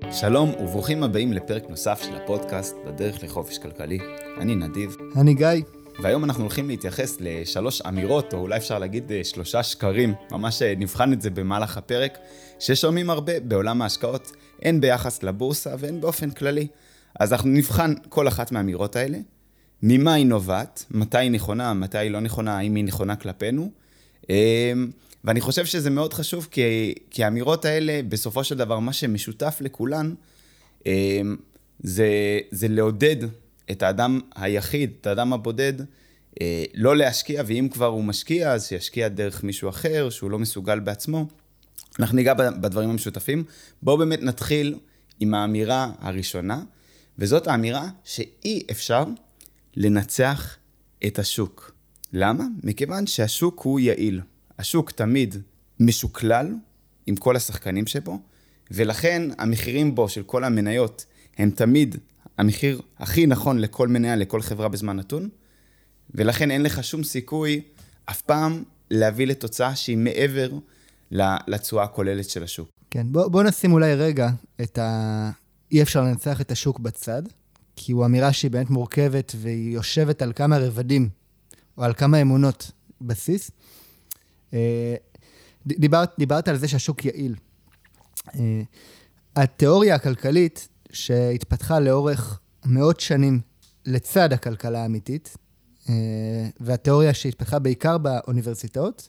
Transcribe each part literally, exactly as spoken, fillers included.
שלום וברוכים הבאים לפרק נוסף של הפודקאסט בדרך לחופש כלכלי. אני נדיב. אני גיא. והיום אנחנו הולכים להתייחס לשלוש אמירות, או אולי אפשר להגיד שלושה שקרים, ממש נבחן את זה במהלך הפרק, ששומעים הרבה בעולם ההשקעות, הן ביחס לבורסה והן באופן כללי. אז אנחנו נבחן כל אחת מהאמירות האלה, ממה היא נובעת, מתי היא נכונה, מתי היא לא נכונה, האם היא נכונה כלפינו, ואני חושב שזה מאוד חשוב, כי, כי האמירות האלה, בסופו של דבר, מה שמשותף לכולן, זה, זה לעודד את האדם היחיד, את האדם הבודד, לא להשקיע, ואם כבר הוא משקיע, אז שישקיע דרך מישהו אחר, שהוא לא מסוגל בעצמו. אנחנו ניגע בדברים המשותפים. בואו באמת נתחיל עם האמירה הראשונה, וזאת האמירה שאי אפשר לנצח את השוק. למה? מכיוון שהשוק הוא יעיל. השוק תמיד משוקלל עם כל השחקנים שבו, ולכן המחירים בו של כל המניות הם תמיד המחיר הכי נכון לכל מניה, לכל חברה בזמן נתון, ולכן אין לך שום סיכוי אף פעם להביא לתוצאה שהיא מעבר לתשואה הכוללת של השוק. כן, בוא, בוא נשים אולי רגע את ה... אי אפשר לנצח את השוק בצד, כי הוא אמירה שהיא באמת מורכבת והיא יושבת על כמה רבדים, או על כמה אמונות בסיס. דיברת, דיברת על זה שהשוק יעיל. התיאוריה הכלכלית שהתפתחה לאורך מאות שנים לצד הכלכלה האמיתית, והתיאוריה שהתפתחה בעיקר באוניברסיטאות,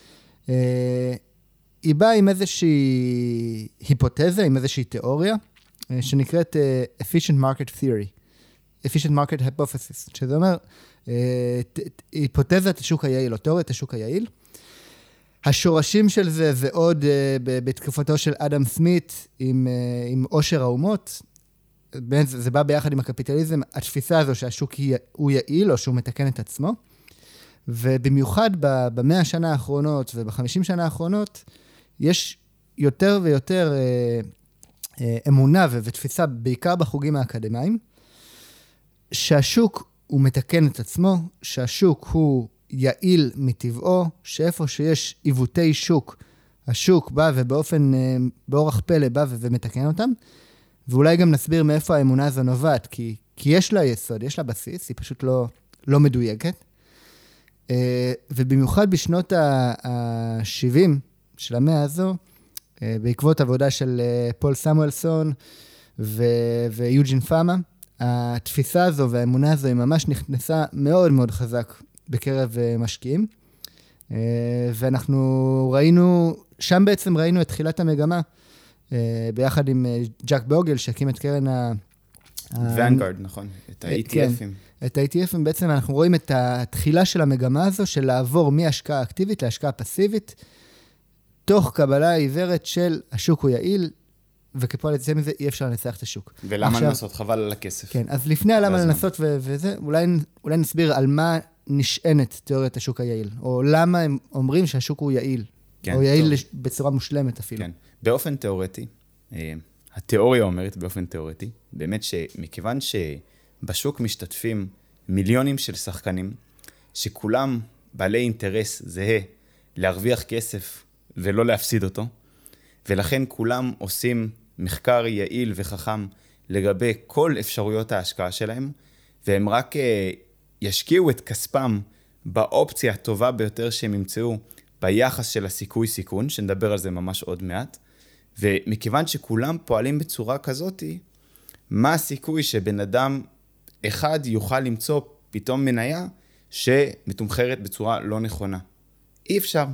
היא באה עם איזושהי היפותזה, עם איזושהי תיאוריה, שנקראת efficient market theory, efficient market hypothesis, שזה אומר, היפותזת השוק היעיל, או תיאוריית השוק היעיל. השורשים של זה זה עוד בתקופתו של אדם סמית עם, עם עושר האומות, זה, זה בא ביחד עם הקפיטליזם, התפיסה הזו שהשוק הוא יעיל או שהוא מתקן את עצמו, ובמיוחד במאה השנה האחרונות ובחמישים שנה האחרונות, יש יותר ויותר אמונה ותפיסה, בעיקר בחוגים האקדמיים, שהשוק הוא מתקן את עצמו, שהשוק הוא יעיל מטבעו, שאיפה שיש עיוותי שוק, השוק בא ובאופן, באורח פלא בא ומתקן אותם, ואולי גם נסביר מאיפה האמונה הזו נובעת, כי, כי יש לה יסוד, יש לה בסיס, היא פשוט לא, לא מדויקת. ובמיוחד בשנות ה-שבעים של המאה הזו, בעקבות עבודה של פול סמואלסון ויוג'ין פאמה, התפיסה הזו והאמונה הזו היא ממש נכנסה מאוד מאוד חזק בקרב משקיעים, ואנחנו ראינו, שם בעצם ראינו את תחילת המגמה, ביחד עם ג'ק בוגל, שהקים את קרן ה... Vanguard, נכון, את ה-אי טי אפים. את ה-אי טי אפים, בעצם אנחנו רואים את התחילה של המגמה הזו, של לעבור מהשקעה אקטיבית להשקעה פסיבית, תוך קבלה עיוורת של השוק הוא יעיל, וכפועל יוצא מזה אי אפשר לנצח את השוק. ולמה עכשיו, לנסות? חבל על הכסף. כן, אז לפני למה לנסות ו- וזה, אולי, אולי נסביר על מה נשענת תיאוריית השוק היעיל, או למה הם אומרים שהשוק הוא יעיל, כן, או יעיל לש- בצורה מושלמת אפילו. כן, באופן תיאורטי, התיאוריה אומרת באופן תיאורטי, באמת שמכיוון שבשוק משתתפים מיליונים של שחקנים, שכולם בעלי אינטרס זהה להרוויח כסף ולא להפסיד אותו, ולכן כולם עושים מחקר יעיל וחכם לגבי כל אפשרויות ההשקעה שלהם, והם רק ישקיעו את כספם באופציה הטובה ביותר שהם ימצאו ביחס של הסיכוי סיכון, שנדבר על זה ממש עוד מעט, ומכיוון שכולם פועלים בצורה כזאת, מה הסיכוי שבן אדם אחד יוכל למצוא פתאום מניה שמתומחרת בצורה לא נכונה? אי אפשר.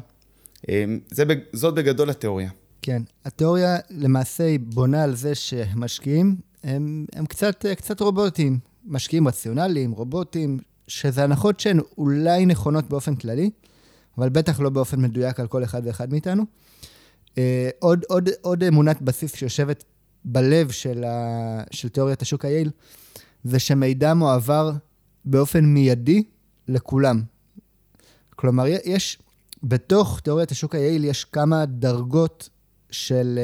זה, זאת בגדול התיאוריה. כן, התיאוריה למעשה היא בונה על זה שמשקיעים הם, הם קצת, קצת רובוטים, משקיעים רציונליים, רובוטים, שזה הנחות שהן אולי נכונות באופן כללי, אבל בטח לא באופן מדויק על כל אחד ואחד מאיתנו. עוד, עוד, עוד אמונת בסיס שיושבת בלב של, ה, של תיאוריית השוק היעיל, זה שמידע מועבר באופן מיידי לכולם. כלומר, יש, בתוך תיאוריית השוק היעיל יש כמה דרגות של,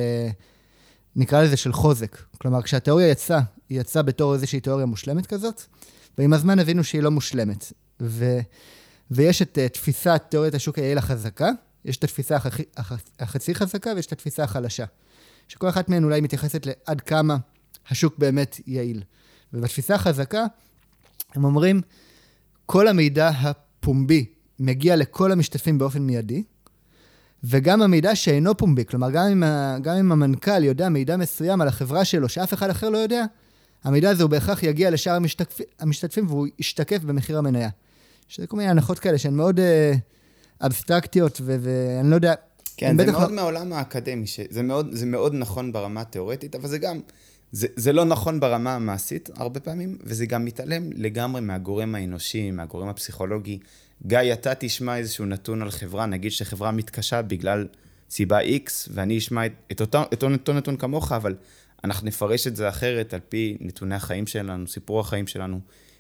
נקרא לזה של חוזק. כלומר, כשהתיאוריה יצאה, היא יצאה בתור איזושהי תיאוריה מושלמת כזאת, ועם הזמן הבינו שהיא לא מושלמת. ו, ויש את תפיסת תיאוריית השוק היעיל החזקה, יש את התפיסה החצי חזקה ויש את התפיסה החלשה. שכל אחת מהן אולי מתייחסת לעד כמה השוק באמת יעיל. ובתפיסה החזקה, הם אומרים, כל המידע הפומבי מגיע לכל המשתתפים באופן מיידי, וגם המידע שאינו פומבי, כלומר, גם אם, גם אם המנכ"ל יודע מידע מסוים על החברה שלו, שאף אחד אחר לא יודע, המידע הזה הוא בהכרח יגיע לשאר המשתתפים, המשתתפים והוא ישתקף במחיר המניה. שזה כל מיני הנחות כאלה שהן מאוד אה, אבסטרקטיות, ו- ואני לא יודע... כן, זה מאוד לא... מהעולם האקדמי, זה מאוד, זה מאוד נכון ברמה התיאורטית, אבל זה גם, זה, זה לא נכון ברמה המעשית הרבה פעמים, וזה גם מתעלם לגמרי מהגורם האנושי, מהגורם הפסיכולוגי. גיא, אתה תשמע איזשהו נתון על חברה, נגיד שחברה מתקשה בגלל סיבה X, ואני אשמע את, את אותו, את אותו נתון כמוך, אבל אנחנו נפרש את זה אחרת על פי נתוני החיים שלנו, סיפור החיים שלנו.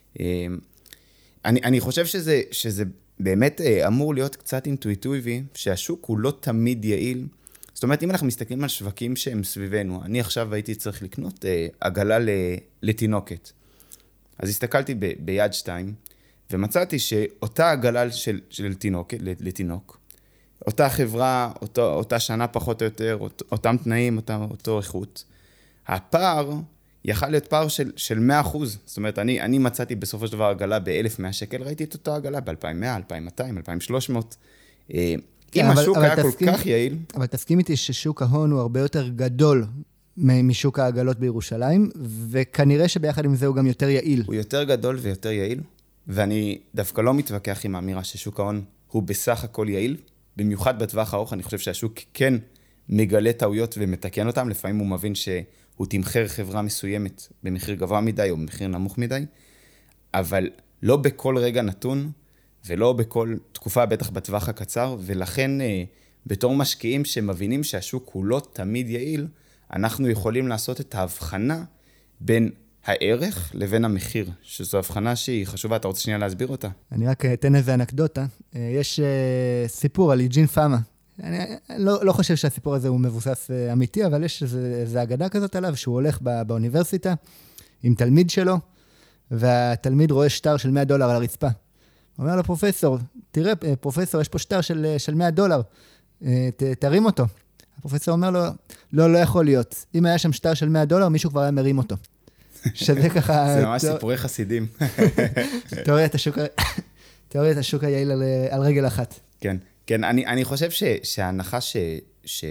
אני, אני חושב שזה, שזה באמת אמור להיות קצת אינטואיטיבי, שהשוק הוא לא תמיד יעיל. זאת אומרת, אם אנחנו מסתכלים על שווקים שהם סביבנו, אני עכשיו הייתי צריך לקנות עגלה לתינוקת. אז הסתכלתי ב, ביד שתיים, ומצאתי שאותה עגלה של, של תינוקת, לתינוק, אותה חברה, אותו, אותה שנה פחות או יותר, אותו, אותם תנאים, אותה, אותו איכות, הפער יכל להיות פער של, של מאה אחוז. זאת אומרת, אני, אני מצאתי בסופו של דבר עגלה ב-אלף ומאה שקל, ראיתי את אותה עגלה ב-אלפיים ומאה, אלפיים ומאתיים, אלפיים ושלוש מאות. אם אבל, השוק אבל היה תסכים, כל כך יעיל... אבל תסכים איתי ששוק ההון הוא הרבה יותר גדול משוק העגלות בירושלים, וכנראה שביחד עם זה הוא גם יותר יעיל. הוא יותר גדול ויותר יעיל, ואני דווקא לא מתווכח עם האמירה ששוק ההון הוא בסך הכל יעיל, במיוחד בטווח הארוך. אני חושב שהשוק כן מגלה טעויות ומתקן אותם, לפעמים הוא מבין שהוא תמחר חברה מסוימת במחיר גבוה מדי או במחיר נמוך מדי, אבל לא בכל רגע נתון, ולא בכל תקופה, בטח בטווח הקצר, ולכן בתור משקיעים שמבינים שהשוק הוא לא תמיד יעיל, אנחנו יכולים לעשות את ההבחנה בין הערך לבין המחיר, שזו הבחנה שהיא חשובה. אתה רוצה שנייה להסביר אותה? אני רק אתן איזה אנקדוטה. יש סיפור על יוג'ין פאמה. אני לא, לא חושב שהסיפור הזה הוא מבוסס אמיתי, אבל יש איזה, איזה אגדה כזאת עליו, שהוא הולך בא, באוניברסיטה עם תלמיד שלו, והתלמיד רואה שטר של מאה דולר על הרצפה. הוא אומר לו, פרופסור, תראה, פרופסור, יש פה שטר של, של מאה דולר, ת, תרים אותו. הפרופסור אומר לו, לא, לא יכול להיות. אם היה שם שטר של מאה דולר, מישהו כבר היה מרים אותו. שזה ככה... זה ממש סיפורי חסידים. תיאוריית השוק, תיאוריית השוק היעיל על, על רגל אחת. כן, כן, אני, אני חושב ש, שההנחה ש, ש,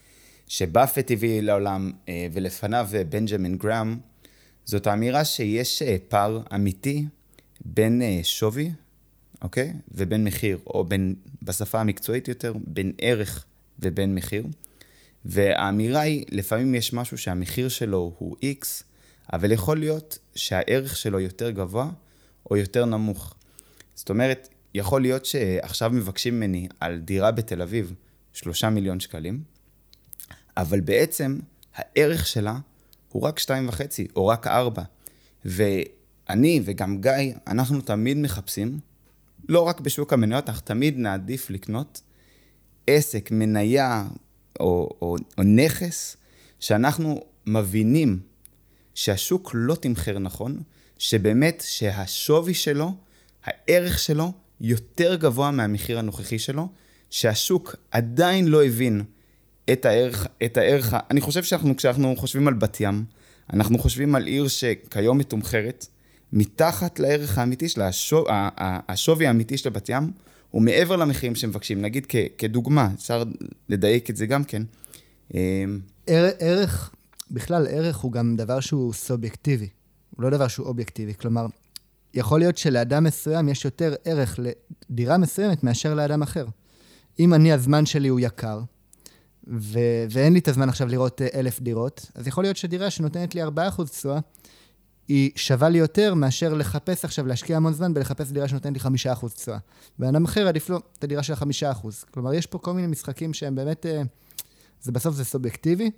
שבאפט הביא לעולם, ולפניו בנג'מין גראם, זאת האמירה שיש פער אמיתי בין שווי, אוקיי? ובין מחיר, או בין, בשפה המקצועית יותר, בין ערך ובין מחיר. והאמירה היא, לפעמים יש משהו שהמחיר שלו הוא X, אבל יכול להיות שהערך שלו יותר גבוה או יותר נמוך. זאת אומרת, יכול להיות שעכשיו מבקשים ממני על דירה בתל אביב שלושה מיליון שקלים, אבל בעצם הערך שלה הוא רק שתיים וחצי או רק ארבע. ואני וגם גיא, אנחנו תמיד מחפשים, לא רק בשוק המניות, אך תמיד נעדיף לקנות עסק, מניה או, או, או נכס, שאנחנו מבינים שהשוק לא תמחר נכון, שבאמת שהשווי שלו, הערך שלו, יותר גבוה מהמחיר הנוכחי שלו, שהשוק עדיין לא הבין את הערך, את הערך, אני חושב שאנחנו, כשאנחנו חושבים על בת ים, אנחנו חושבים על עיר שכיום מתומחרת, מתחת לערך האמיתי שלה, השווי, השווי האמיתי של בת ים, הוא מעבר למחירים שמבקשים. נגיד כ, כדוגמה, אפשר לדייק את זה גם כן. ערך, בכלל ערך הוא גם דבר שהוא סובייקטיבי, הוא לא דבר שהוא אובייקטיבי, כלומר, יכול להיות שלאדם מסוים יש יותר ערך לדירה מסוימת מאשר לאדם אחר. אם אני, הזמן שלי הוא יקר, ו- ואין לי את הזמן עכשיו לראות אלף דירות, אז יכול להיות שדירה שנותנת לי ארבעה אחוז תשואה, היא שווה לי יותר מאשר לחפש עכשיו, להשקיע המון זמן ולחפש דירה שנותנת לי חמישה אחוז תשואה. ואדם אחר עדיף לו את הדירה של החמישה אחוז. כלומר, יש פה כל מיני משחקים שהם באמת, זה בסוף זה סובייקטיבי,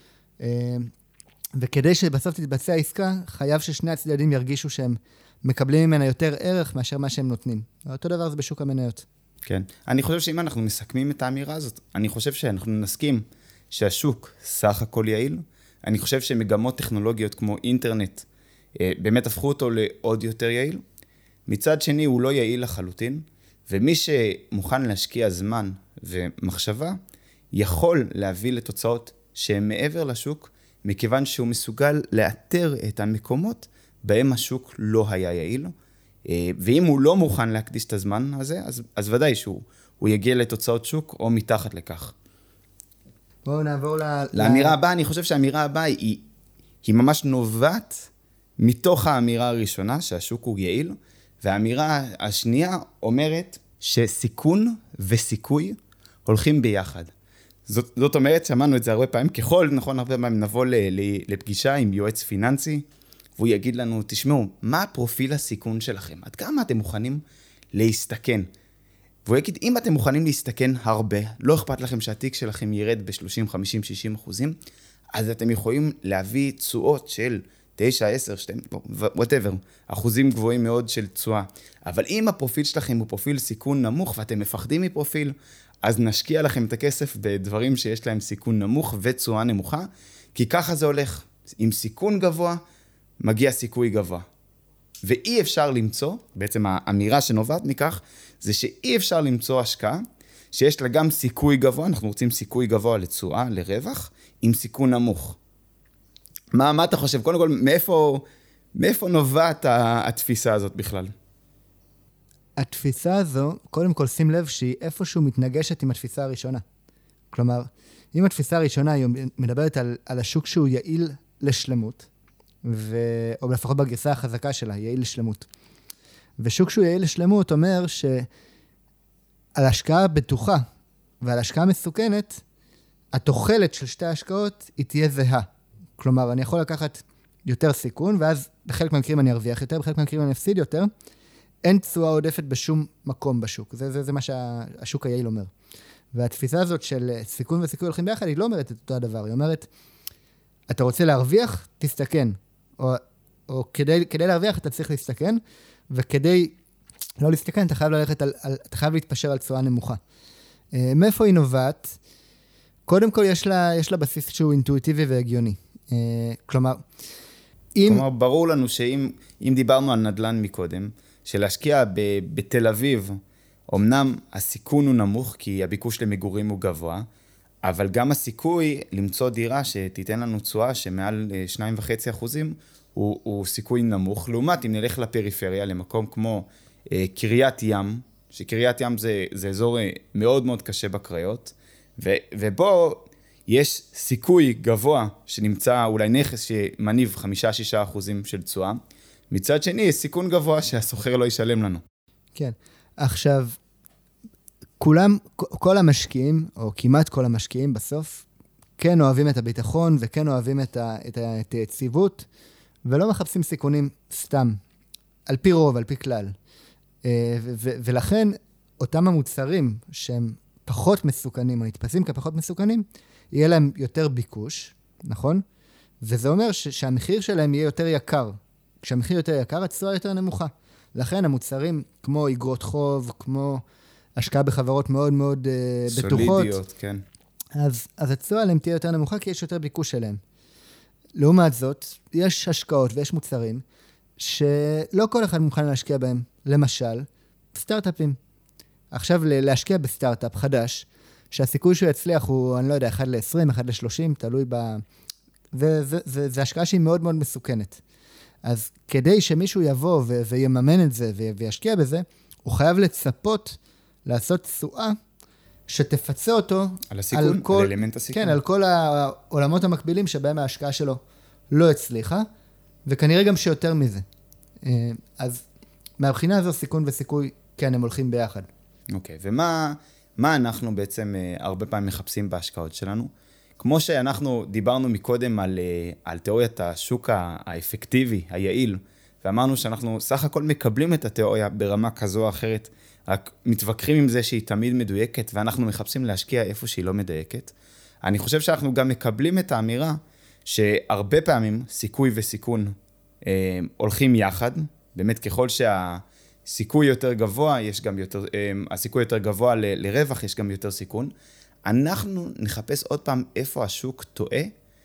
וכדי שבסוף תתבצע העסקה, חייב ששני הצדדים ירגישו שהם מקבלים ממנה יותר ערך מאשר מה שהם נותנים. אותו דבר זה בשוק המניות. כן. אני חושב שאם אנחנו מסכמים את האמירה הזאת, אני חושב שאנחנו נסכים שהשוק סך הכל יעיל. אני חושב שמגמות טכנולוגיות כמו אינטרנט באמת הפכו אותו לעוד יותר יעיל. מצד שני הוא לא יעיל לחלוטין, ומי שמוכן להשקיע זמן ומחשבה, יכול להביא לתוצאות שהם מעבר לשוק, מכיוון שהוא מסוגל לאתר את המקומות בהם השוק לא היה יעיל, ואם הוא לא מוכן להקדיש את הזמן הזה, אז, אז ודאי שהוא הוא יגיע לתוצאות שוק או מתחת לכך. בואו נעבור ל... לאמירה הבאה, אני חושב שהאמירה הבאה היא, היא ממש נובעת מתוך האמירה הראשונה, שהשוק הוא יעיל, והאמירה השנייה אומרת שסיכון וסיכוי הולכים ביחד. זאת, זאת אומרת, שמענו את זה הרבה פעמים, ככל, נכון, הרבה פעמים נבוא ל, ל, לפגישה עם יועץ פיננסי, והוא יגיד לנו, תשמעו, מה פרופיל הסיכון שלכם? עד כמה אתם מוכנים להסתכן? והוא יגיד, אם אתם מוכנים להסתכן הרבה, לא אכפת לכם שהתיק שלכם ירד ב-שלושים, חמישים, שישים אחוזים, אז אתם יכולים להביא תשואות של תשע, עשר, שתיים, whatever, אחוזים גבוהים מאוד של תשואה. אבל אם הפרופיל שלכם הוא פרופיל סיכון נמוך, ואתם מפחדים מפרופיל, אז נשקיע לכם את הכסף בדברים שיש להם סיכון נמוך ותשואה נמוכה, כי ככה זה הולך. עם סיכון גבוה, מגיע סיכוי גבוה. ואי אפשר למצוא, בעצם האמירה שנובעת מכך, זה שאי אפשר למצוא השקעה, שיש לה גם סיכוי גבוה, אנחנו רוצים סיכוי גבוה לתשואה, לרווח, עם סיכון נמוך. מה, מה אתה חושב? קודם כל, מאיפה, מאיפה נובעת התפיסה הזאת בכלל? התפיסה הזו, קודם כל שים לב שהיא איפשהו מתנגשת עם התפיסה הראשונה. כלומר, אם התפיסה הראשונה היא מדברת על, על השוק שהוא יעיל לשלמות, ו... או לפחות בגרסה החזקה שלה, יעיל לשלמות. ושוק שהוא יעיל לשלמות אומר שעל השקעה בטוחה ועל השקעה מסוכנת, התוחלת של שתי ההשקעות היא תהיה זהה. כלומר, אני יכול לקחת יותר סיכון, ואז בחלק מהמקרים אני ארוויח יותר, בחלק מהמקרים אני אפסיד יותר. אין תשואה עודפת בשום מקום בשוק. זה, זה, זה מה שהשוק היעיל אומר. והתפיסה הזאת של סיכון וסיכוי הולכים ביחד, היא לא אומרת את אותו הדבר. היא אומרת, אתה רוצה להרוויח, תסתכן. או, או כדי, כדי להרוויח, אתה צריך להסתכן, וכדי לא להסתכן, אתה חייב ללכת על, על, אתה חייב להתפשר על תשואה נמוכה. מאיפה היא נובעת? קודם כל, יש לה, יש לה בסיס שהוא אינטואיטיבי והגיוני. כלומר, אם... כלומר, ברור לנו שאם אם דיברנו על נדל"ן מקודם, שלהשקיע ב, בתל אביב, אמנם הסיכון הוא נמוך, כי הביקוש למגורים הוא גבוה, אבל גם הסיכוי למצוא דירה שתיתן לנו תשואה שמעל שניים וחצי אחוזים, הוא, הוא סיכוי נמוך. לעומת, אם נלך לפריפריה, למקום כמו אה, קריית ים, שקריית ים זה, זה אזור מאוד מאוד קשה בקריות, ו, ובו יש סיכוי גבוה שנמצא אולי נכס שמניב חמישה שישה אחוזים של תשואה, מצד שני יש סיכון גבוה שהסוחר לא ישלם לנו. כן, עכשיו, כולם, כל המשקיעים, או כמעט כל המשקיעים בסוף, כן אוהבים את הביטחון וכן אוהבים את, ה, את, ה, את היציבות, ולא מחפשים סיכונים סתם, על פי רוב, על פי כלל. ו- ו- ולכן, אותם המוצרים שהם פחות מסוכנים, או נתפסים כפחות מסוכנים, יהיה להם יותר ביקוש, נכון? וזה אומר ש- שהמחיר שלהם יהיה יותר יקר. כשהמחיר יותר יקר, התשואה יותר נמוכה. לכן המוצרים כמו איגרות חוב, כמו השקעה בחברות מאוד מאוד uh, בטוחות, סולידיות, כן. אז, אז התשואה עליהם תהיה יותר נמוכה, כי יש יותר ביקוש אליהם. לעומת זאת, יש השקעות ויש מוצרים שלא כל אחד מוכן להשקיע בהם. למשל, סטארט-אפים. עכשיו, להשקיע בסטארט-אפ חדש, שהסיכוי שהוא יצליח הוא, אני לא יודע, אחד ל-עשרים, אחד ל-שלושים, תלוי ב... זה, זה, זה, זה השקעה שהיא מאוד מאוד מסוכנת. אז כדי שמישהו יבוא ו- ויממן את זה ו- וישקיע בזה, הוא חייב לצפות לעשות תשואה שתפצה אותו על הסיכון, על, כל, על אלמנט הסיכון. כן, על כל העולמות המקבילים שבהם ההשקעה שלו לא הצליחה, וכנראה גם שיותר מזה. אז מהבחינה הזו סיכון וסיכוי, כן, הם הולכים ביחד. אוקיי, ומה מה אנחנו בעצם הרבה פעמים מחפשים בהשקעות שלנו? כמו שאנחנו דיברנו מקודם על, על תיאוריית השוק האפקטיבי, היעיל, ואמרנו שאנחנו סך הכל מקבלים את התיאוריה ברמה כזו או אחרת, רק מתווכחים עם זה שהיא תמיד מדויקת, ואנחנו מחפשים להשקיע איפה שהיא לא מדויקת. אני חושב שאנחנו גם מקבלים את האמירה שהרבה פעמים סיכוי וסיכון אה, הולכים יחד, באמת ככל שהסיכוי יותר גבוה, יש גם יותר, אה, הסיכוי יותר גבוה ל, לרווח, יש גם יותר סיכון. אנחנו נחפש עוד פעם איפה השוק טועה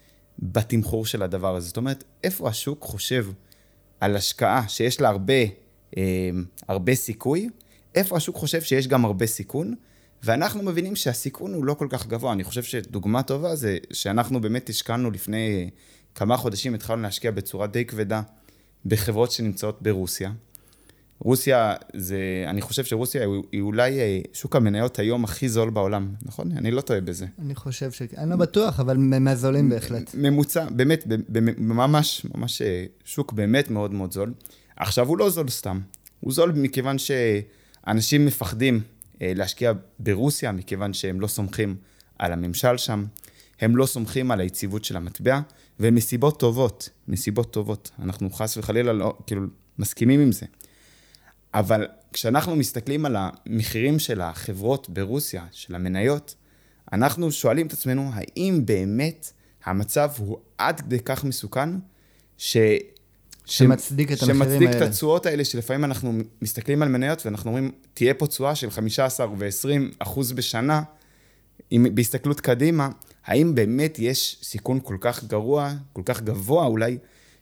בתמחור של הדבר הזה. זאת אומרת, איפה השוק חושב על השקעה שיש לה הרבה, אה, הרבה סיכוי, איפה השוק חושב שיש גם הרבה סיכון, ואנחנו מבינים שהסיכון הוא לא כל כך גבוה. אני חושב שדוגמה טובה זה שאנחנו באמת השקענו לפני כמה חודשים, התחלנו להשקיע בצורה די כבדה בחברות שנמצאות ברוסיה. רוסיה זה, אני חושב שרוסיה היא אולי שוק המניות היום הכי זול בעולם, נכון? אני לא טועה בזה. אני חושב ש... אני לא בטוח, אבל מהזולים בהחלט. ממוצע, באמת, ממש, ממש שוק באמת מאוד מאוד זול. עכשיו הוא לא זול סתם. הוא זול מכיוון שאנשים מפחדים להשקיע ברוסיה, מכיוון שהם לא סומכים על הממשל שם, הם לא סומכים על היציבות של המטבע, ומסיבות טובות, מסיבות טובות. אנחנו חס וחלילה לא, כאילו, מסכימים עם זה. אבל כשאנחנו מסתכלים על המחירים של החברות ברוסיה, של המניות, אנחנו שואלים את עצמנו, האם באמת המצב הוא עד כדי כך מסוכן, ש... שמצדיק את המחירים האלה. שמצדיק את התשואות האלה, שלפעמים אנחנו מסתכלים על מניות, ואנחנו אומרים, תהיה פה תשואה של חמישה עשר ו-עשרים אחוז בשנה, עם, בהסתכלות קדימה, האם באמת יש סיכון כל כך גרוע, כל כך גבוה אולי,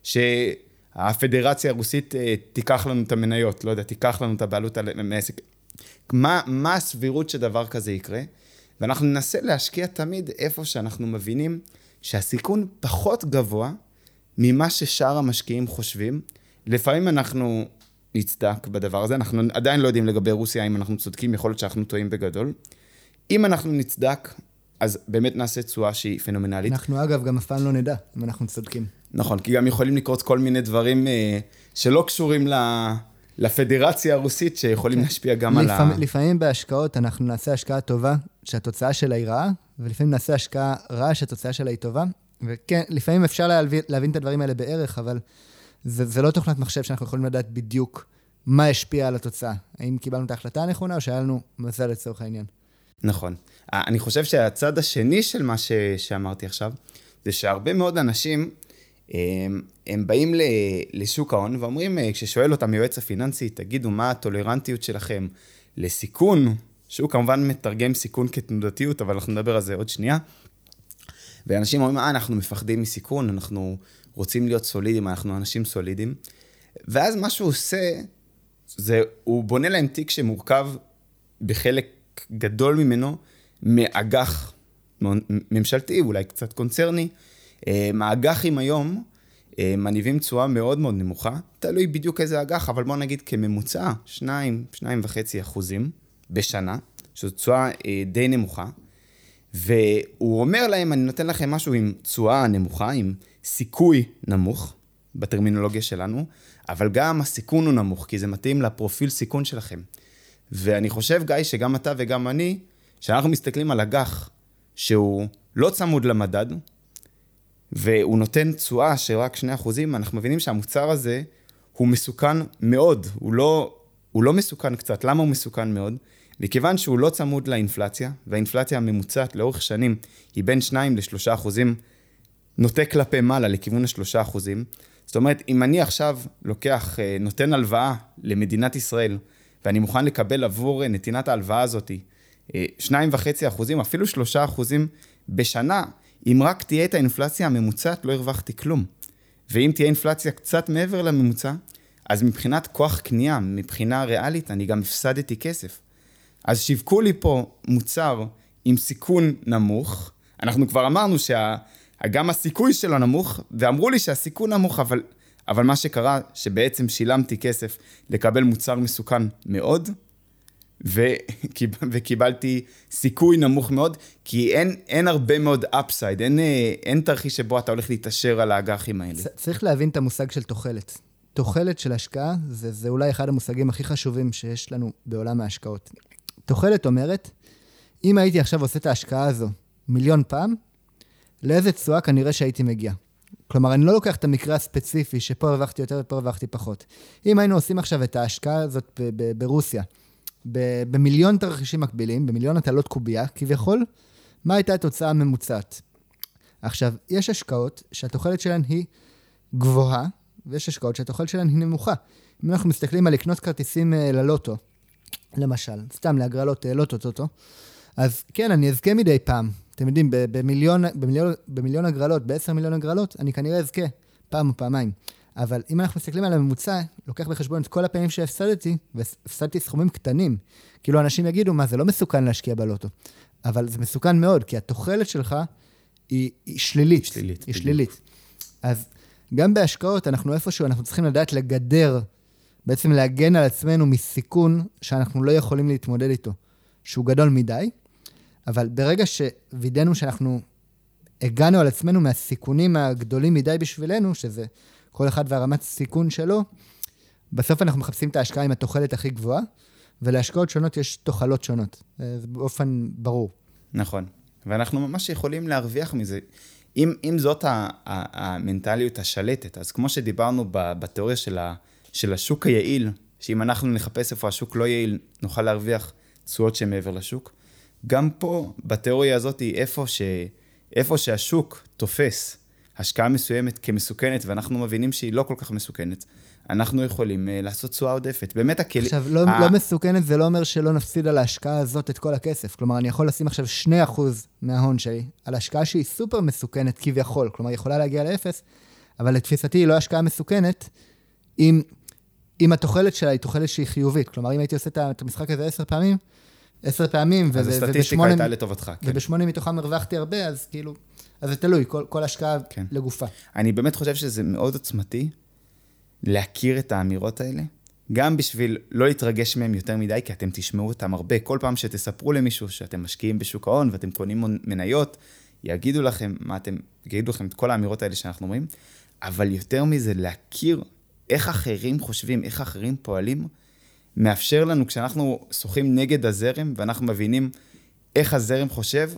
שהפדרציה הרוסית תיקח לנו את המניות, לא יודע, תיקח לנו את הבעלות על העסק. מה, מה הסבירות שדבר כזה יקרה? ואנחנו ננסה להשקיע תמיד איפה שאנחנו מבינים שהסיכון פחות גבוה ממה ששאר המשקיעים חושבים. לפעמים אנחנו נצדק בדבר הזה, אנחנו עדיין לא יודעים לגבי רוסיה אם אנחנו צודקים, יכול להיות שאנחנו טועים בגדול. אם אנחנו נצדק, אז באמת נעשה תשואה שהיא פנומנלית. אנחנו אגב גם אף פעם לא נדע אם אנחנו צודקים. נכון, כי גם יכולים לקרות כל מיני דברים שלא קשורים לפדרציה הרוסית, שיכולים להשפיע גם על ה... לפעמים בהשקעות אנחנו נעשה השקעה טובה שהתוצאה שלה היא רעה, ולפעמים נעשה השקעה רעה שהתוצאה שלה היא טובה, וכן, לפעמים אפשר להבין, להבין את הדברים האלה בערך, אבל זה, זה לא תוכנת מחשב שאנחנו יכולים לדעת בדיוק מה השפיע על התוצאה. האם קיבלנו את ההחלטה הנכונה, או שהיה לנו מזל לצורך העניין. נכון. אני חושב שהצד השני של מה ש... שאמרתי עכשיו, זה שהרבה מאוד אנשים, הם, הם באים לשוק ההון, ואומרים, כששואל אותם יועץ הפיננסי, תגידו מה הטולרנטיות שלכם לסיכון, שהוא כמובן מתרגם סיכון כתנודתיות, אבל אנחנו נדבר על זה עוד שנייה, ואנשים אומרים, אה, אנחנו מפחדים מסיכון, אנחנו רוצים להיות סולידים, אנחנו אנשים סולידים, ואז מה שהוא עושה, זה, הוא בונה להם תיק שמורכב בחלק גדול ממנו, מאג"ח ממשלתי, אולי קצת קונצרני. האג"חים היום מניבים תשואה מאוד מאוד נמוכה, תלוי בדיוק איזה אג"ח, אבל בוא נגיד כממוצע, שניים, שניים וחצי אחוזים בשנה, שזו תשואה די נמוכה, והוא אומר להם, אני נותן לכם משהו עם תשואה נמוכה, עם סיכוי נמוך, בטרמינולוגיה שלנו, אבל גם הסיכון הוא נמוך, כי זה מתאים לפרופיל סיכון שלכם. ואני חושב, גיא, שגם אתה וגם אני, שאנחנו מסתכלים על אג"ח שהוא לא צמוד למדד, והוא נותן תשואה של רק שני אחוזים, אנחנו מבינים שהמוצר הזה הוא מסוכן מאוד, הוא לא, הוא לא מסוכן קצת. למה הוא מסוכן מאוד? מכיוון שהוא לא צמוד לאינפלציה, והאינפלציה הממוצעת לאורך שנים היא בין שניים לשלושה אחוזים, נוטה כלפי מעלה לכיוון השלושה אחוזים. זאת אומרת, אם אני עכשיו לוקח, נותן הלוואה למדינת ישראל, ואני מוכן לקבל עבור נתינת ההלוואה הזאת, שניים וחצי אחוזים, אפילו שלושה אחוזים בשנה, אם רק תהיה את האינפלציה הממוצעת, לא הרווחתי כלום. ואם תהיה אינפלציה קצת מעבר לממוצע, אז מבחינת כוח קנייה, מבחינה ריאלית, אני גם הפסדתי כסף. אז שיווקו לי פה מוצר עם סיכון נמוך, אנחנו כבר אמרנו שגם הסיכוי שלו נמוך, ואמרו לי שהסיכון נמוך, אבל, אבל מה שקרה, שבעצם שילמתי כסף לקבל מוצר מסוכן מאוד, וקיבלתי סיכוי נמוך מאוד, כי אין, אין הרבה מאוד אפסייד, אין, אין תרחיש שבו אתה הולך להתאשר על האג"חים האלה. צריך להבין את המושג של תוחלת. תוחלת של השקעה, זה, זה אולי אחד המושגים הכי חשובים שיש לנו בעולם ההשקעות. תוחלת אומרת, אם הייתי עכשיו עושה את ההשקעה הזו מיליון פעם, לאיזה תשואה כנראה שהייתי מגיע. כלומר, אני לא לוקח את המקרה הספציפי שפה הרווחתי יותר ופה הרווחתי פחות. אם היינו עושים עכשיו את ההשקעה הזאת ב- ב- ברוסיה, ב- במיליון תרחישים מקבילים, במיליון הטלות קובייה, כביכול, מה הייתה התוצאה הממוצעת? עכשיו, יש השקעות שהתוחלת שלהן היא גבוהה, ויש השקעות שהתוחלת שלהן היא נמוכה. אם אנחנו מסתכלים על לקנות כרטיסים ללוטו, למשל, סתם להגרלות לוטו טוטו, אז כן, אני אזכה מדי פעם. אתם יודעים, במיליון, במיליון, במיליון הגרלות, בעשר מיליון הגרלות, אני כנראה אזכה פעם או פעמיים. אבל אם אנחנו מסתכלים על הממוצע, לוקח בחשבון את כל הפעמים שהפסדתי, והפסדתי סכומים קטנים. כאילו אנשים יגידו, מה, זה לא מסוכן להשקיע בלוטו. אבל זה מסוכן מאוד, כי התוחלת שלך היא, היא שלילית. שלילית. היא שלילית. אז גם בהשקעות, אנחנו איפשהו, אנחנו צריכים לדעת לגדר, בעצם להגן על עצמנו מסיכון שאנחנו לא יכולים להתמודד איתו, שהוא גדול מדי, אבל ברגע שווידאנו שאנחנו הגענו על עצמנו מהסיכונים הגדולים מדי בשבילנו, שזה כל אחד והרמת סיכון שלו, בסוף אנחנו מחפשים את ההשקעה עם התוחלת הכי גבוהה, ולהשקעות שונות יש תוחלות שונות. זה באופן ברור. נכון. ואנחנו ממש יכולים להרוויח מזה. אם, אם זאת המנטליות השלטת, אז כמו שדיברנו בתיאוריה של, ה, של השוק היעיל, שאם אנחנו נחפש איפה השוק לא יעיל, נוכל להרוויח תשואות שמעבר לשוק, גם פה, בתיאוריה הזאת, היא איפה, ש, איפה שהשוק תופס השקעה מסוימת כמסוכנת, ואנחנו מבינים שהיא לא כל כך מסוכנת, אנחנו יכולים uh, לעשות תשואה עודפת. באמת הכלי... עכשיו, לא, ה... לא מסוכנת, זה לא אומר שלא נפסיד על ההשקעה הזאת את כל הכסף. כלומר, אני יכול לשים עכשיו שני אחוז מההון שלי, על השקעה שהיא סופר מסוכנת כביכול. כלומר, היא יכולה להגיע לאפס, אבל לתפיסתי היא לא השקעה מסוכנת, אם, אם התוחלת שלה היא תוחלת שהיא חיובית. כלומר, אם הייתי עושה את המשחק הזה עשר פעמים, עשר פעמים, אז הסטטיסטיקה הייתה לטובתך. ובשמונה מתוכם הרווחתי הרבה, אז כאילו, אז זה תלוי, כל, כל השקעה כן. לגופה. אני באמת חושב שזה מאוד עוצמתי, להכיר את האמירות האלה, גם בשביל לא להתרגש מהם יותר מדי, כי אתם תשמעו אותם הרבה. כל פעם שתספרו למישהו שאתם משקיעים בשוק ההון, ואתם קונים מניות, יגידו לכם, מה אתם, יגידו לכם את כל האמירות האלה שאנחנו אומרים, אבל יותר מזה, להכיר איך אחרים חושבים, איך אחרים פועלים, מאפשר לנו, כשאנחנו שוחים נגד הזרם, ואנחנו מבינים איך הזרם חושב,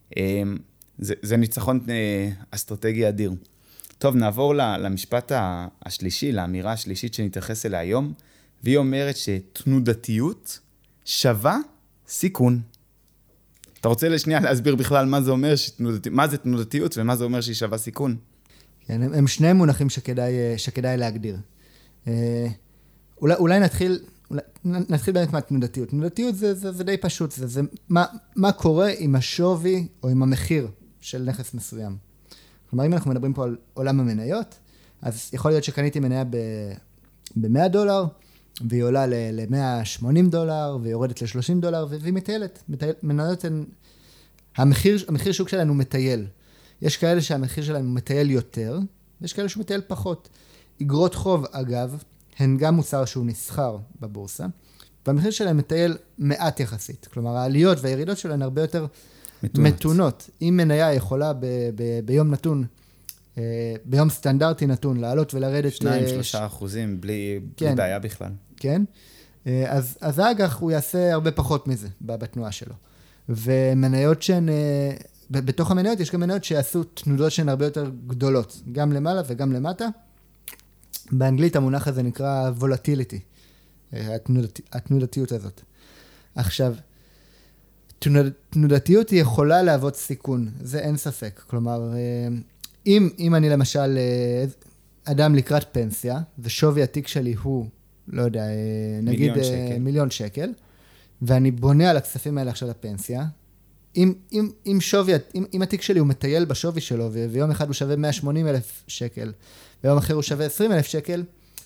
זה, זה ניצחון אסטרטגי אדיר. טוב, נעבור למשפט השלישי, לאמירה השלישית שנתייחס אליה היום, והיא אומרת שתנודתיות שווה סיכון. אתה רוצה לשנייה להסביר בכלל מה זה אומר, שתנודתיות, מה זה תנודתיות ומה זה אומר שהיא שווה סיכון? כן, הם, הם שני מונחים שכדאי, שכדאי להגדיר. אולי, אולי נתחיל, אולי, נתחיל באמת מהתנודתיות. תנודתיות זה, זה, זה די פשוט, זה, זה מה, מה קורה עם השווי או עם המחיר של נכס מסוים. כלומר, אם אנחנו מדברים פה על עולם המניות, אז יכול להיות שקניתי מניה ב-מאה דולר, והיא עולה ל-מאה ושמונים דולר, והיא יורדת ל-שלושים דולר, והיא מטיילת. מניות הן... המחיר, המחיר שוק שלנו מטייל. יש כאלה שהמחיר שלנו מטייל יותר, ויש כאלה שהוא מטייל פחות. אגרות חוב, אגב, הן גם מוצר שהוא נסחר בבורסה, והמחיר שלהם מטייל מעט יחסית. כלומר, העליות והירידות שלהן הרבה יותר מתונות. מתונות. אם מניה יכולה ב- ב- ביום נתון, ביום סטנדרטי נתון, לעלות ולרדת... שניים, שלושה אחוזים, בלי, כן, בלי בעיה בכלל. כן. אז, אז האג"ח הוא יעשה הרבה פחות מזה בתנועה שלו. ומניות שהן... בתוך המניות יש גם מניות שיעשו תנודות שהן הרבה יותר גדולות, גם למעלה וגם למטה. באנגלית המונח הזה נקרא volatility, התנודת, התנודתיות הזאת. עכשיו, תנוד, תנודתיות היא יכולה להוות סיכון, זה אין ספק. כלומר, אם, אם אני למשל אדם לקראת פנסיה, ושווי התיק שלי הוא, לא יודע, נגיד מיליון שקל, מיליון שקל, ואני בונה על הכספים האלה עכשיו לפנסיה, אם, אם, אם, שווי, אם, אם התיק שלי הוא מטייל בשווי שלו, ויום אחד הוא שווה מאה ושמונים אלף שקל, ויום אחר הוא שווה עשרים אלף שקל,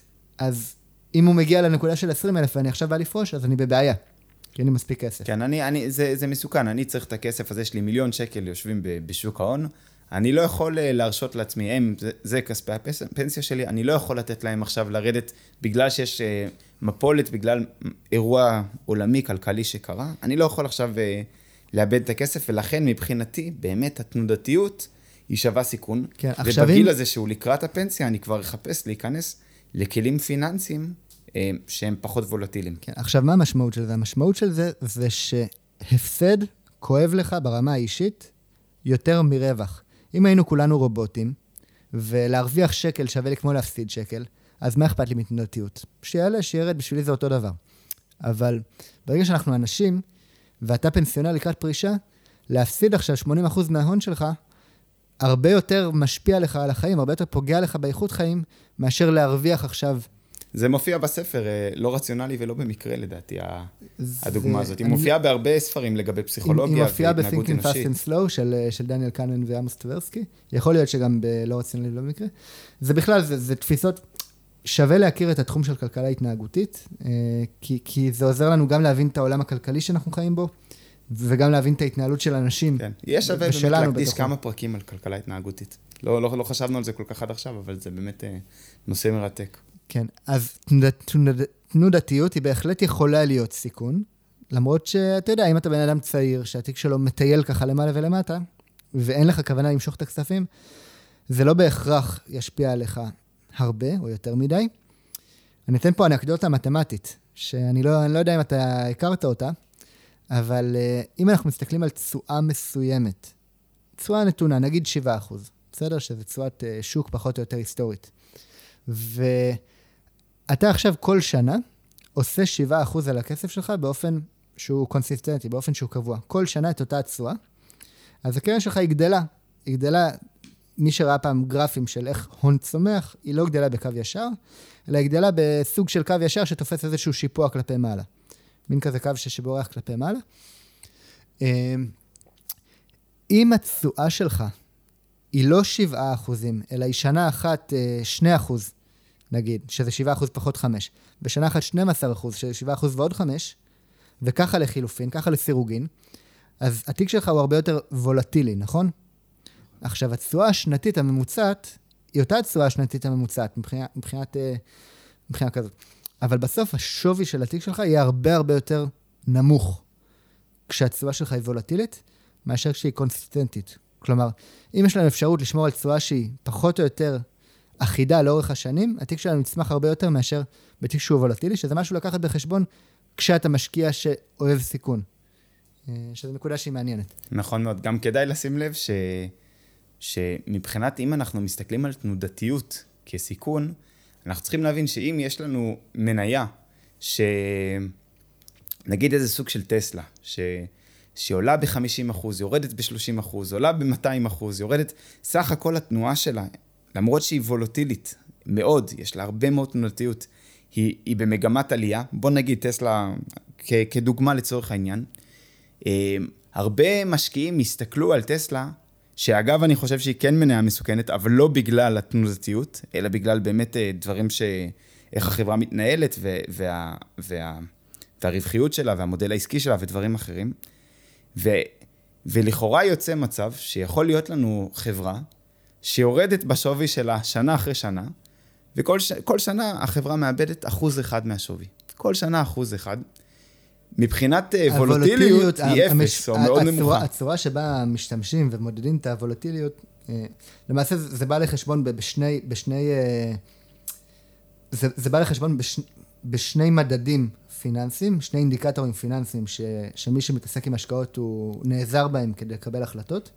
אז אם הוא מגיע לנקודה של עשרים אלף ואני עכשיו בא לפרוש, אז אני בבעיה, כי אין לי מספיק כסף. כן, אני, אני, זה, זה מסוכן, אני צריך את הכסף הזה, יש לי מיליון שקל יושבים בשוק ההון, אני לא יכול להרשות לעצמי, הם, זה, זה כספי הפנסיה שלי, אני לא יכול לתת להם עכשיו לרדת, בגלל שיש מפולת, בגלל אירוע עולמי, כלכלי שקרה, אני לא יכול עכשיו לאבד את הכסף, ולכן מבחינתי, באמת התנודתיות היא שווה סיכון, כן, ובגיל אם... הזה שהוא לקראת הפנסיה, אני כבר אחפש להיכנס לכלים פיננסיים שהם פחות וולטיליים. כן, עכשיו מה המשמעות של זה? המשמעות של זה זה שהפסד כואב לך ברמה האישית יותר מרווח. אם היינו כולנו רובוטים, ולהרוויח שקל שווה לי כמו להפסיד שקל, אז מה אכפת לי מתנודתיות? שיעלה, שירד, בשבילי זה אותו דבר. אבל ברגע שאנחנו אנשים, ואתה פנסיונר לקראת פרישה, להפסיד עכשיו שמונים אחוז מההון שלך, הרבה יותר משפיע לך על החיים, הרבה יותר פוגע לך באיכות חיים, מאשר להרוויח עכשיו. זה מופיע בספר, לא רציונלי ולא במקרה לדעתי, הדוגמה הזאת. היא מופיעה בהרבה ספרים לגבי פסיכולוגיה והתנהגות אנושית. היא מופיעה ב-Thinking Fast and Slow של דניאל קאנן ועמוס טברסקי. יכול להיות שגם בלא רציונלי ולא במקרה. זה בכלל, זה תפיסות, שווה להכיר את התחום של כלכלה התנהגותית, כי, כי זה עוזר לנו גם להבין את העולם הכלכלי שאנחנו חיים בו, וגם להבין את ההתנהלות של אנשים. כן, יש שווה באמת להקדיש כמה פרקים על כלכלה התנהגותית. לא, לא, לא חשבנו על זה כל כך עד עכשיו, אבל זה באמת נושא מרתק. כן, אז תנודתיות היא בהחלט יכולה להיות סיכון, למרות שאתה יודע, אם אתה בן אדם צעיר, שהתיק שלו מטייל ככה למעלה ולמטה, ואין לך כוונה למשוך את הכספים, זה לא בהכרח ישפיע עליך הרבה או יותר מדי. אני אתן פה אנקדוטה מתמטית, שאני לא, אני לא יודע אם אתה הכרת אותה, אבל אם אנחנו מסתכלים על תשואה מסוימת, תשואה נתונה, נגיד שבעה אחוז, בסדר? שזה תשואת שוק פחות או יותר היסטורית. ואתה עכשיו כל שנה עושה שבעה אחוז על הכסף שלך באופן שהוא קונסיסטנטי, באופן שהוא קבוע. כל שנה את אותה תשואה. אז הקרן שלך היא גדלה. היא גדלה, מי שראה פעם גרפים של איך הון צומח, היא לא גדלה בקו ישר, אלא היא גדלה בסוג של קו ישר שתופס איזשהו שיפוע כלפי מעלה. מין כזה קו שבורח כלפי מעלה. אם התשואה שלך היא לא שבעה אחוזים, אלא היא שנה אחת שני אחוז, נגיד, שזה שבעה אחוז פחות חמש, בשנה אחת שנים עשר אחוז, שזה שבעה אחוז ועוד חמש, וככה לחילופין, ככה לסירוגין, אז התיק שלך הוא הרבה יותר וולטילי, נכון? עכשיו, התשואה השנתית הממוצעת, היא אותה התשואה השנתית הממוצעת, מבחינת, מבחינת, מבחינת כזאת. אבל בסוף השווי של התיק שלך יהיה הרבה הרבה יותר נמוך, כשהתשואה שלך היא וולטילית, מאשר כשהיא קונסיסטנטית. כלומר, אם יש לנו אפשרות לשמור על תשואה שהיא פחות או יותר אחידה לאורך השנים, התיק שלנו יצמח הרבה יותר מאשר בתיק שהוא וולטילי, שזה משהו לקחת בחשבון כשאתה משקיע שאוהב סיכון. שזו נקודה שהיא מעניינת. נכון מאוד. גם כדאי לשים לב ש... שמבחינת אם אנחנו מסתכלים על תנודתיות כסיכון, אנחנו צריכים להבין שאם יש לנו מניה, שנגיד איזה סוג של טסלה, ש... שעולה ב-חמישים אחוז, יורדת ב-שלושים אחוז, עולה ב-מאתיים אחוז, יורדת, סך הכל התנועה שלה, למרות שהיא וולטילית מאוד, יש לה הרבה מאוד תנודתיות, היא, היא במגמת עלייה, בוא נגיד טסלה כ- כדוגמה לצורך העניין, הרבה משקיעים הסתכלו על טסלה, שאגב אני חושב שהיא כן מניה מסוכנת, אבל לא בגלל התנודתיות, אלא בגלל באמת דברים ש... איך החברה מתנהלת וה... וה... והרווחיות שלה והמודל העסקי שלה ודברים אחרים. ו... ולכאורה יוצא מצב שיכול להיות לנו חברה שיורדת בשווי שלה שנה אחרי שנה, וכל ש... כל שנה החברה מאבדת אחוז אחד מהשווי. כל שנה אחוז אחד. מבחינת וולטיליות היא אפס, או מאוד נמוכה. הצורה שבה משתמשים ומודדים את הוולטיליות, למעשה זה בא לחשבון בשני, בשני, זה, זה בא לחשבון בש, בשני מדדים פיננסיים, שני אינדיקטורים פיננסיים, ש, שמי שמתעסק עם השקעות הוא נעזר בהם כדי לקבל החלטות,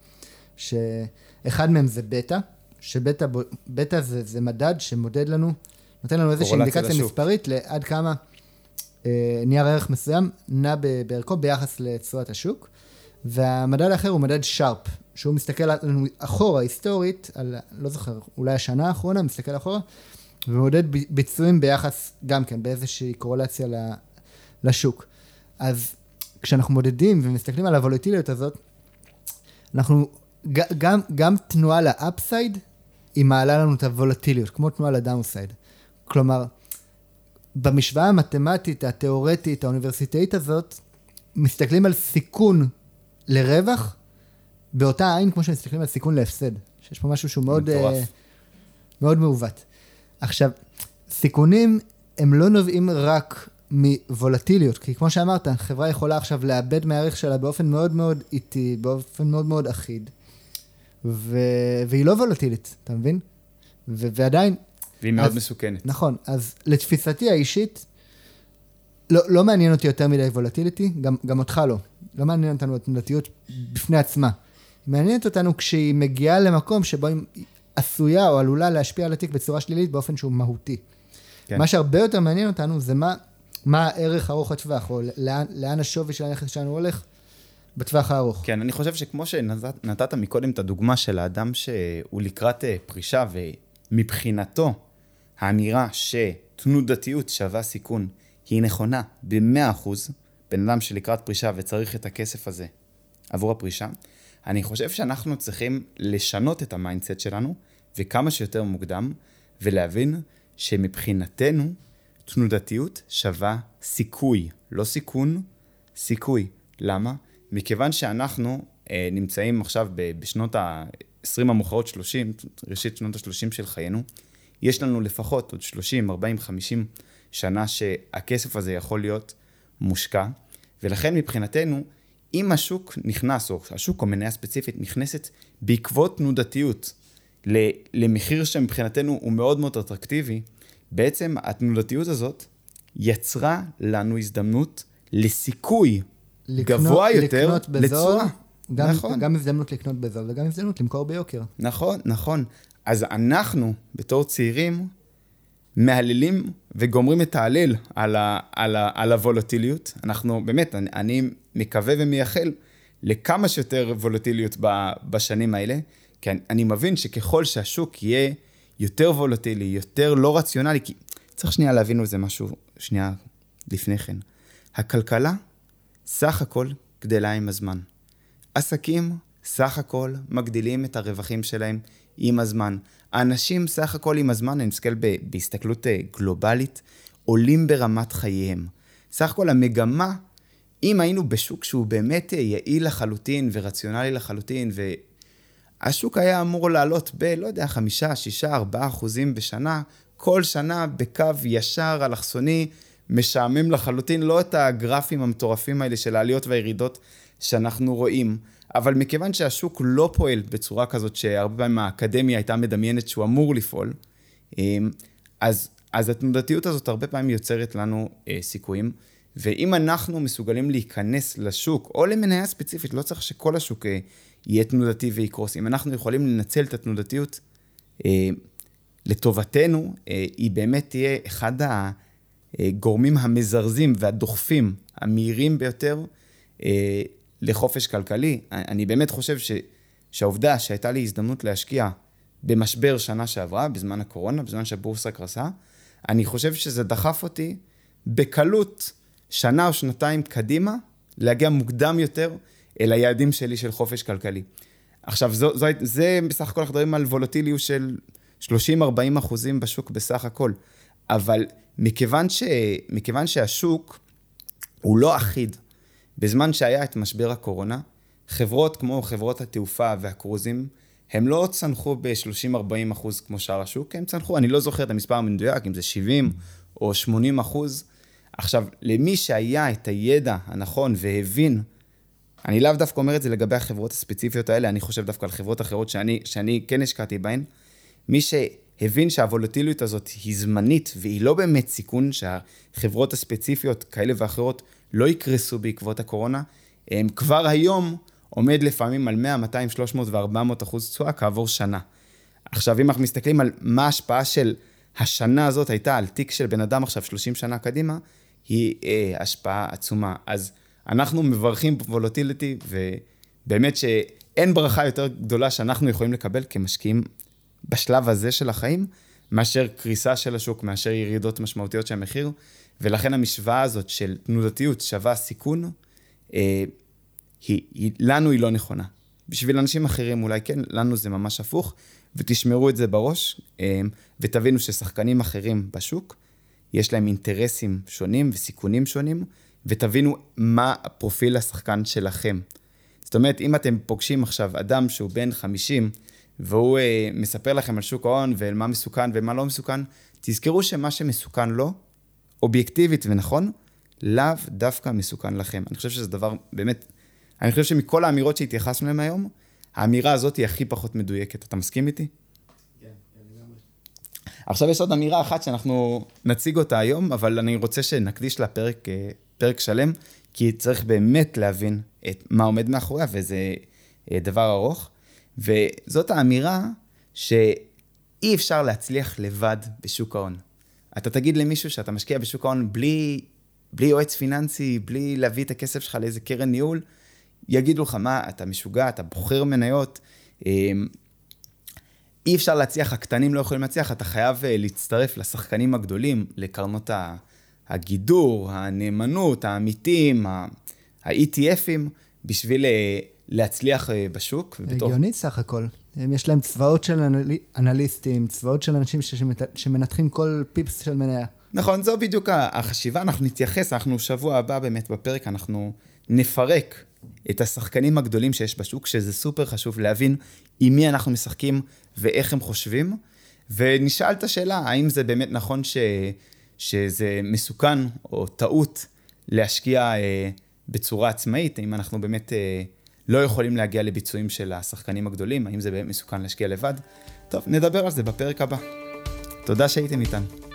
שאחד מהם זה בטא, שבטא בטא זה, זה מדד שמודד לנו, נותן לנו איזושהי אינדיקציה מספרית לעד כמה נייר ערך מסוים נע בערכו ביחס לתשואת השוק, והמדד האחר הוא מדד שרפ, שהוא מסתכל לנו אחורה, היסטורית, על, לא זוכר, אולי השנה האחרונה, מסתכל אחורה, ומודד ביצועים ביחס גם כן, באיזושהי קורלציה לשוק. אז כשאנחנו מודדים ומסתכלים על הוולטיליות הזאת, אנחנו, גם, גם תנועה לאפסייד, היא מעלה לנו את הוולטיליות, כמו תנועה לדאונסייד. כלומר, במשוואה המתמטית, התיאורטית, האוניברסיטאית הזאת, מסתכלים על סיכון לרווח, באותה עין כמו שמסתכלים על סיכון להפסד. שיש פה משהו שהוא מאוד, uh, מאוד מעוות. עכשיו, סיכונים הם לא נובעים רק מוולטיליות, כי כמו שאמרת, חברה יכולה עכשיו לאבד מהערך שלה באופן מאוד מאוד איטי, באופן מאוד מאוד אחיד, ו... והיא לא וולטילית, אתה מבין? ו... ועדיין, והיא מאוד מסוכנת. נכון, אז לתפיסתי האישית, לא, לא מעניין אותי יותר מדי וולטיליטי, גם, גם אותך לא. לא מעניין אותנו התנודתיות בפני עצמה. היא מעניינת אותנו כשהיא מגיעה למקום שבו היא עשויה או עלולה להשפיע על התיק בצורה שלילית באופן שהוא מהותי. כן. מה שהרבה יותר מעניין אותנו זה מה, מה הערך ארוך הטווח, או לאן, לאן השווי של הנכס שלנו הולך בטווח הארוך. כן, אני חושב שכמו שנתת מקודם את הדוגמה של האדם שהוא לקראת פרישה, ומבחינתו, האמירה שתנודתיות שווה סיכון היא נכונה ב-מאה אחוז, בן אדם שלקראת פרישה וצריך את הכסף הזה עבור הפרישה, אני חושב שאנחנו צריכים לשנות את המיינדסט שלנו, וכמה שיותר מוקדם, ולהבין שמבחינתנו תנודתיות שווה סיכוי, לא סיכון, סיכוי. למה? מכיוון שאנחנו אה, נמצאים עכשיו ב- בשנות ה-עשרים המאוחרות שלושים, ראשית שנות ה-שלושים של חיינו, יש לנו לפחות עוד שלושים, ארבעים, חמישים שנה שהכסף הזה יכול להיות מושקע, ולכן מבחינתנו, אם השוק נכנס, או השוק או מניה ספציפית נכנסת בעקבות תנודתיות למחיר שמבחינתנו הוא מאוד מאוד אטרקטיבי, בעצם התנודתיות הזאת יצרה לנו הזדמנות לסיכוי לקנות, גבוה יותר לצורה. גם, נכון. גם הזדמנות לקנות בזול וגם הזדמנות למכור ביוקר. נכון, נכון. אז אנחנו בתור צעירים מהללים וגומרים את ההלל על, ה, על, ה, על הוולטיליות. אנחנו באמת, אני, אני מקווה ומייחל לכמה שיותר וולטיליות בשנים האלה, כי אני, אני מבין שככל שהשוק יהיה יותר וולטילי, יותר לא רציונלי, כי צריך שנייה להבין איזה משהו, שנייה לפני כן. הכלכלה, סך הכל גדלה עם הזמן. עסקים, סך הכל מגדילים את הרווחים שלהם עם הזמן. האנשים, סך הכל עם הזמן, אני מסתכל בהסתכלות גלובלית, עולים ברמת חייהם. סך הכל המגמה, אם היינו בשוק שהוא באמת יעיל לחלוטין ורציונלי לחלוטין, והשוק היה אמור לעלות ב, לא יודע, חמישה, שישה, ארבעה אחוזים בשנה, כל שנה בקו ישר אלכסוני, משעמם לחלוטין, לא את הגרפים המטורפים האלה של העליות והירידות שאנחנו רואים, אבל מכיוון שהשוק לא פועל בצורה כזאת שהרבה פעמים האקדמיה הייתה מדמיינת שהוא אמור לפעול, אז, אז התנודתיות הזאת הרבה פעמים יוצרת לנו סיכויים, ואם אנחנו מסוגלים להיכנס לשוק, או למניה ספציפית, לא צריך שכל השוק יהיה תנודתי ויקרוס, אם אנחנו יכולים לנצל את התנודתיות לטובתנו, היא באמת תהיה אחד הגורמים המזרזים והדוחפים המהירים ביותר לחופש כלכלי. אני באמת חושב ש, שהעובדה שהייתה לי הזדמנות להשקיע במשבר שנה שעברה, בזמן הקורונה, בזמן שהבורסה קרסה, אני חושב שזה דחף אותי בקלות שנה או שנתיים קדימה, להגיע מוקדם יותר אל היעדים שלי של חופש כלכלי. עכשיו, זו, זו, זה בסך הכל אנחנו מדברים על וולטיליות של שלושים ארבעים אחוזים בשוק בסך הכל, אבל מכיוון, ש, מכיוון שהשוק הוא לא אחיד, בזמן שהיה את משבר הקורונה, חברות כמו חברות התעופה והקרוזים, הם לא צנחו ב-שלושים ארבעים אחוז כמו שאר השוק, הם צנחו, אני לא זוכר את המספר המדויק, אם זה שבעים או שמונים אחוז. עכשיו, למי שהיה את הידע הנכון והבין, אני לאו דווקא אומר את זה לגבי החברות הספציפיות האלה, אני חושב דווקא על חברות אחרות שאני, שאני כן השקעתי בהן, מי שהבין שהוולטיליות הזאת היא זמנית, והיא לא באמת סיכון שהחברות הספציפיות כאלה ואחרות לא יקרסו בעקבות הקורונה, הם כבר היום עומד לפעמים על מאה, מאתיים, שלוש מאות ו-ארבע מאות אחוז תשואה כעבור שנה. עכשיו, אם אנחנו מסתכלים על מה ההשפעה של השנה הזאת הייתה על תיק של בן אדם עכשיו שלושים שנה קדימה, היא אה, השפעה עצומה. אז אנחנו מברכים וולטיליטי, ובאמת שאין ברכה יותר גדולה שאנחנו יכולים לקבל כמשקיעים בשלב הזה של החיים, מאשר קריסה של השוק, מאשר ירידות משמעותיות של המחיר, ולכן המשוואה הזאת של תנודתיות שווה סיכון, אה, היא, היא, לנו היא לא נכונה. בשביל אנשים אחרים אולי כן, לנו זה ממש הפוך, ותשמרו את זה בראש, אה, ותבינו ששחקנים אחרים בשוק, יש להם אינטרסים שונים וסיכונים שונים, ותבינו מה הפרופיל השחקן שלכם. זאת אומרת, אם אתם פוגשים עכשיו אדם שהוא בן חמישים, והוא אה, מספר לכם על שוק ההון, ומה מסוכן ומה לא מסוכן, תזכרו שמה שמסוכן לו, אובייקטיבית ונכון, לאו דווקא מסוכן לכם. אני חושב שזה דבר באמת, אני חושב שמכל האמירות שהתייחסנו להם היום, האמירה הזאת היא הכי פחות מדויקת. אתה מסכים איתי? כן, אני גם. עכשיו יש עוד אמירה אחת שאנחנו נציג אותה היום, אבל אני רוצה שנקדיש לה פרק, פרק שלם, כי צריך באמת להבין את מה עומד מאחוריה, וזה דבר ארוך. וזאת האמירה שאי אפשר להצליח לבד בשוק ההון. אתה תגיד למישהו שאתה משקיע בשוק ההון בלי, בלי יועץ פיננסי, בלי להביא את הכסף שלך לאיזה קרן ניהול, יגידו לך מה, אתה משוגע, אתה בוחר מניות, אי אפשר להצליח, הקטנים לא יכולים להצליח, אתה חייב להצטרף לשחקנים הגדולים, לקרנות הגידור, הנאמנות, העמיתים, ה-אי טי אפים, בשביל להצליח בשוק. הגיונית סך הכל. יש להם צבאות של אנליסטים, צבאות של אנשים שמנתחים כל פיפס של מניה. נכון, זו בדיוק החשיבה, אנחנו נתייחס, אנחנו שבוע הבא באמת בפרק, אנחנו נפרק את השחקנים הגדולים שיש בשוק, שזה סופר חשוב להבין עם מי אנחנו משחקים ואיך הם חושבים, ונשאל את השאלה, האם זה באמת נכון ש... שזה מסוכן או טעות להשקיע אה, בצורה עצמאית, האם אנחנו באמת אה, לא יכולים להגיע לביצועים של השחקנים הגדולים, האם זה באמת מסוכן להשקיע לבד. טוב, נדבר על זה בפרק הבא. תודה שהייתם איתנו.